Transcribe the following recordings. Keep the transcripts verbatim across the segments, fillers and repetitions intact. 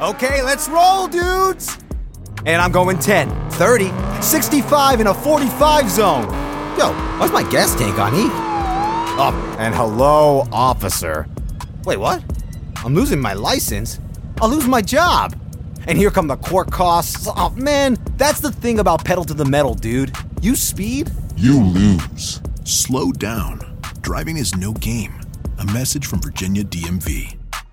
Okay, let's roll, dudes! And I'm going ten, thirty, sixty-five in a forty-five zone. Yo, why's my gas tank on E? Oh, and hello, officer. Wait, what? I'm losing my license? I'll lose my job. And here come the court costs. Oh, man, that's the thing about pedal to the metal, dude. You speed, you lose. Slow down. Driving is no game. A message from Virginia D M V.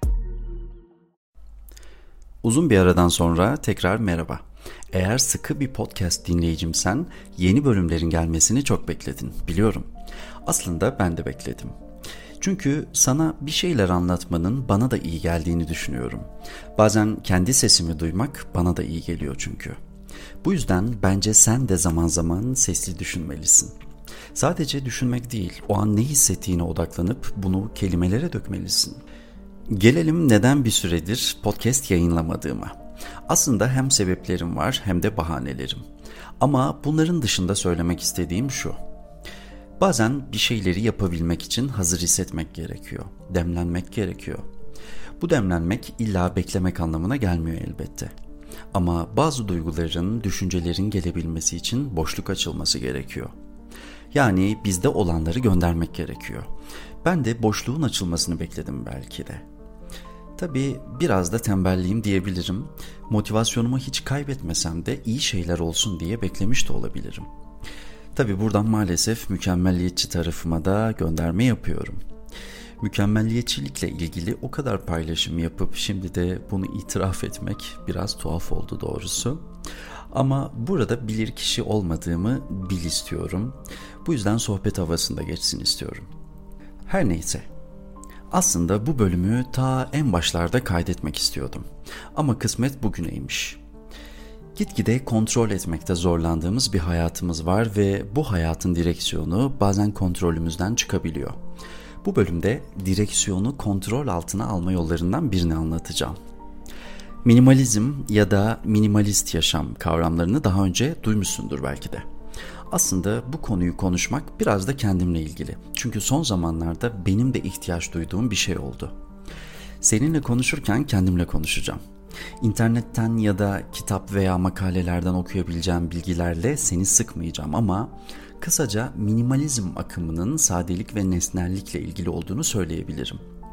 Uzun bir aradan sonra tekrar merhaba. Eğer sıkı bir podcast dinleyicimsen yeni bölümlerin gelmesini çok bekledin, biliyorum. Aslında ben de bekledim. Çünkü sana bir şeyler anlatmanın bana da iyi geldiğini düşünüyorum. Bazen kendi sesimi duymak bana da iyi geliyor çünkü. Bu yüzden bence sen de zaman zaman sesli düşünmelisin. Sadece düşünmek değil, o an ne hissettiğine odaklanıp bunu kelimelere dökmelisin. Gelelim neden bir süredir podcast yayınlamadığıma. Aslında hem sebeplerim var hem de bahanelerim. Ama bunların dışında söylemek istediğim şu. Bazen bir şeyleri yapabilmek için hazır hissetmek gerekiyor. Demlenmek gerekiyor. Bu demlenmek illa beklemek anlamına gelmiyor elbette. Ama bazı duyguların, düşüncelerin gelebilmesi için boşluk açılması gerekiyor. Yani bizde olanları göndermek gerekiyor. Ben de boşluğun açılmasını bekledim belki de. Tabii biraz da tembelliğim diyebilirim. Motivasyonumu hiç kaybetmesem de iyi şeyler olsun diye beklemiş de olabilirim. Tabii buradan maalesef mükemmelliyetçi tarafıma da gönderme yapıyorum. Mükemmelliyetçilikle ilgili o kadar paylaşım yapıp şimdi de bunu itiraf etmek biraz tuhaf oldu doğrusu. Ama burada bilirkişi olmadığımı bil istiyorum. Bu yüzden sohbet havasında geçsin istiyorum. Her neyse. Aslında bu bölümü ta en başlarda kaydetmek istiyordum. Ama kısmet bugüneymiş. Gitgide kontrol etmekte zorlandığımız bir hayatımız var ve bu hayatın direksiyonu bazen kontrolümüzden çıkabiliyor. Bu bölümde direksiyonu kontrol altına alma yollarından birini anlatacağım. Minimalizm ya da minimalist yaşam kavramlarını daha önce duymuşsundur belki de. Aslında bu konuyu konuşmak biraz da kendimle ilgili. Çünkü son zamanlarda benim de ihtiyaç duyduğum bir şey oldu. Seninle konuşurken kendimle konuşacağım. İnternetten ya da kitap veya makalelerden okuyabileceğim bilgilerle seni sıkmayacağım ama kısaca minimalizm akımının sadelik ve nesnellikle ilgili olduğunu söyleyebilirim.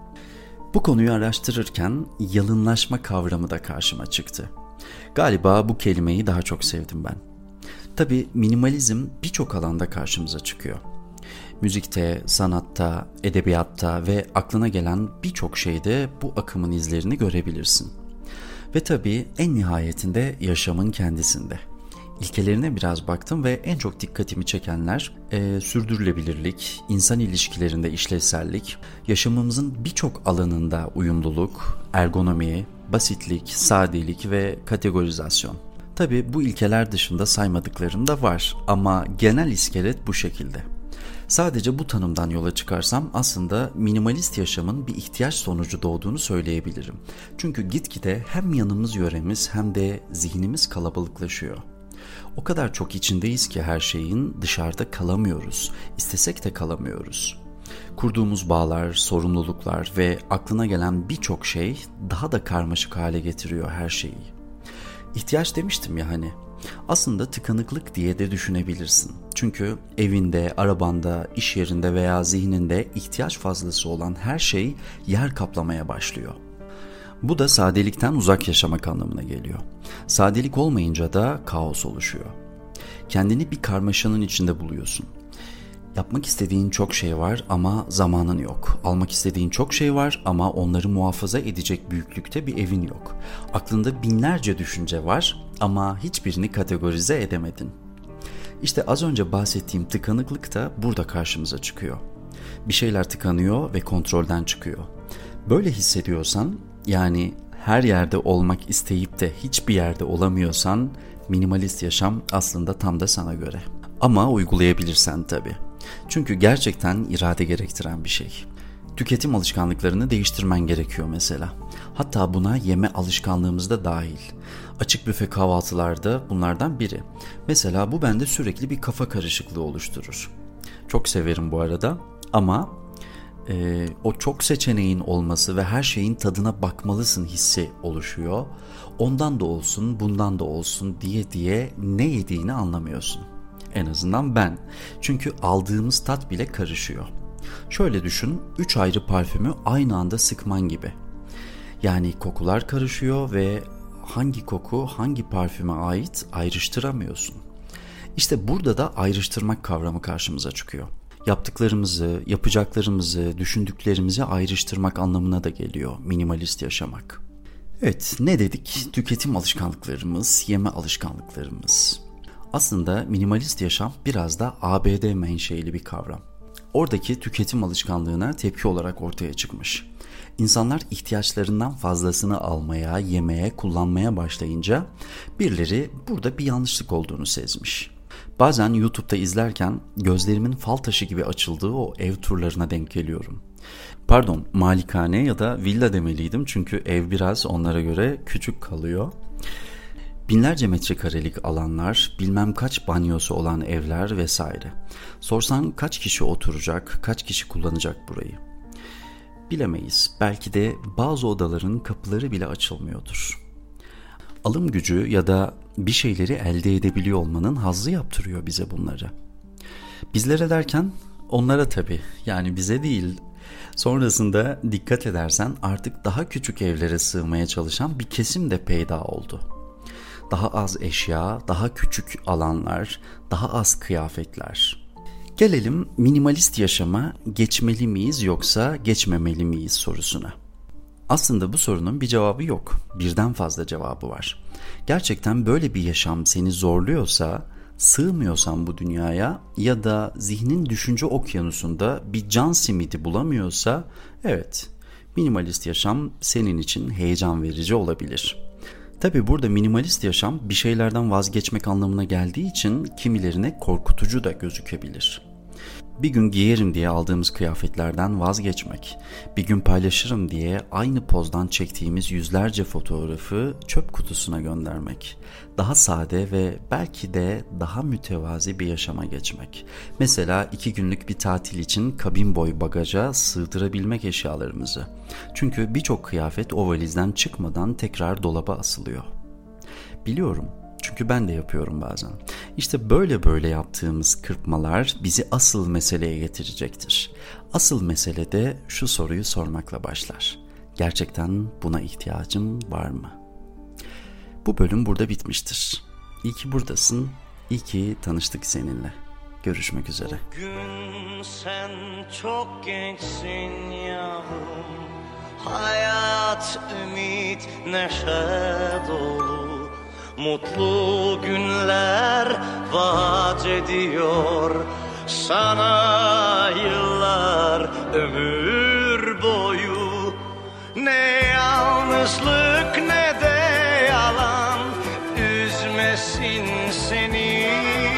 Bu konuyu araştırırken yalınlaşma kavramı da karşıma çıktı. Galiba bu kelimeyi daha çok sevdim ben. Tabii minimalizm birçok alanda karşımıza çıkıyor. Müzikte, sanatta, edebiyatta ve aklına gelen birçok şeyde bu akımın izlerini görebilirsin. Ve tabii en nihayetinde yaşamın kendisinde. İlkelerine biraz baktım ve en çok dikkatimi çekenler e, sürdürülebilirlik, insan ilişkilerinde işlevsellik, yaşamımızın birçok alanında uyumluluk, ergonomi, basitlik, sadelik ve kategorizasyon. Tabii bu ilkeler dışında saymadıklarım da var ama genel iskelet bu şekilde. Sadece bu tanımdan yola çıkarsam aslında minimalist yaşamın bir ihtiyaç sonucu doğduğunu söyleyebilirim. Çünkü gitgide hem yanımız yöremiz hem de zihnimiz kalabalıklaşıyor. O kadar çok içindeyiz ki her şeyin dışarıda kalamıyoruz, istesek de kalamıyoruz. Kurduğumuz bağlar, sorumluluklar ve aklına gelen birçok şey daha da karmaşık hale getiriyor her şeyi. İhtiyaç demiştim ya hani. Aslında tıkanıklık diye de düşünebilirsin. Çünkü evinde, arabanda, iş yerinde veya zihninde ihtiyaç fazlası olan her şey yer kaplamaya başlıyor. Bu da sadelikten uzak yaşamak anlamına geliyor. Sadelik olmayınca da kaos oluşuyor. Kendini bir karmaşanın içinde buluyorsun. Yapmak istediğin çok şey var ama zamanın yok. Almak istediğin çok şey var ama onları muhafaza edecek büyüklükte bir evin yok. Aklında binlerce düşünce var ama hiçbirini kategorize edemedin. İşte az önce bahsettiğim tıkanıklık da burada karşımıza çıkıyor. Bir şeyler tıkanıyor ve kontrolden çıkıyor. Böyle hissediyorsan, yani her yerde olmak isteyip de hiçbir yerde olamıyorsan, minimalist yaşam aslında tam da sana göre. Ama uygulayabilirsen tabii. Çünkü gerçekten irade gerektiren bir şey. Tüketim alışkanlıklarını değiştirmen gerekiyor mesela. Hatta buna yeme alışkanlığımız da dahil. Açık büfe kahvaltılarda bunlardan biri. Mesela bu bende sürekli bir kafa karışıklığı oluşturur. Çok severim bu arada ama e, o çok seçeneğin olması ve her şeyin tadına bakmalısın hissi oluşuyor. Ondan da olsun, bundan da olsun diye diye ne yediğini anlamıyorsun. En azından ben. Çünkü aldığımız tat bile karışıyor. Şöyle düşün, üç ayrı parfümü aynı anda sıkman gibi. Yani kokular karışıyor ve hangi koku hangi parfüme ait ayrıştıramıyorsun. İşte burada da ayrıştırmak kavramı karşımıza çıkıyor. Yaptıklarımızı, yapacaklarımızı, düşündüklerimizi ayrıştırmak anlamına da geliyor minimalist yaşamak. Evet, ne dedik? Tüketim alışkanlıklarımız, yeme alışkanlıklarımız. Aslında minimalist yaşam biraz da A B D menşeli bir kavram. Oradaki tüketim alışkanlığına tepki olarak ortaya çıkmış. İnsanlar ihtiyaçlarından fazlasını almaya, yemeye, kullanmaya başlayınca birileri burada bir yanlışlık olduğunu sezmiş. Bazen YouTube'da izlerken gözlerimin fal taşı gibi açıldığı o ev turlarına denk geliyorum. Pardon, malikane ya da villa demeliydim çünkü ev biraz onlara göre küçük kalıyor. Binlerce metrekarelik alanlar, bilmem kaç banyosu olan evler vesaire. Sorsan kaç kişi oturacak, kaç kişi kullanacak burayı? Bilemeyiz. Belki de bazı odaların kapıları bile açılmıyordur. Alım gücü ya da bir şeyleri elde edebiliyor olmanın hazzı yaptırıyor bize bunları. Bizlere derken onlara tabii, yani bize değil. Sonrasında dikkat edersen artık daha küçük evlere sığmaya çalışan bir kesim de peyda oldu. Daha az eşya, daha küçük alanlar, daha az kıyafetler. Gelelim minimalist yaşama geçmeli miyiz yoksa geçmemeli miyiz sorusuna. Aslında bu sorunun bir cevabı yok. Birden fazla cevabı var. Gerçekten böyle bir yaşam seni zorluyorsa, sığmıyorsan bu dünyaya ya da zihnin düşünce okyanusunda bir can simidi bulamıyorsa, evet, minimalist yaşam senin için heyecan verici olabilir. Tabii burada minimalist yaşam bir şeylerden vazgeçmek anlamına geldiği için kimilerine korkutucu da gözükebilir. Bir gün giyerim diye aldığımız kıyafetlerden vazgeçmek, bir gün paylaşırım diye aynı pozdan çektiğimiz yüzlerce fotoğrafı çöp kutusuna göndermek, daha sade ve belki de daha mütevazi bir yaşama geçmek. Mesela iki günlük bir tatil için kabin boy bagaja sığdırabilmek eşyalarımızı. Çünkü birçok kıyafet o valizden çıkmadan tekrar dolaba asılıyor. Biliyorum. Çünkü ben de yapıyorum bazen. İşte böyle böyle yaptığımız kırpmalar bizi asıl meseleye getirecektir. Asıl mesele de şu soruyu sormakla başlar. Gerçekten buna ihtiyacım var mı? Bu bölüm burada bitmiştir. İyi ki buradasın, iyi ki tanıştık seninle. Görüşmek üzere. Bugün sen çok gençsin yavrum. Hayat, ümit, neşe dolu. Mutlu günler vaat ediyor sana yıllar ömür boyu. Ne yalnızlık ne de yalan üzmesin seni.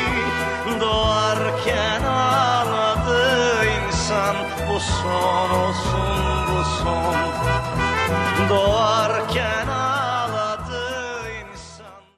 Doğarken ağladı insan, bu son olsun bu son. Doğarken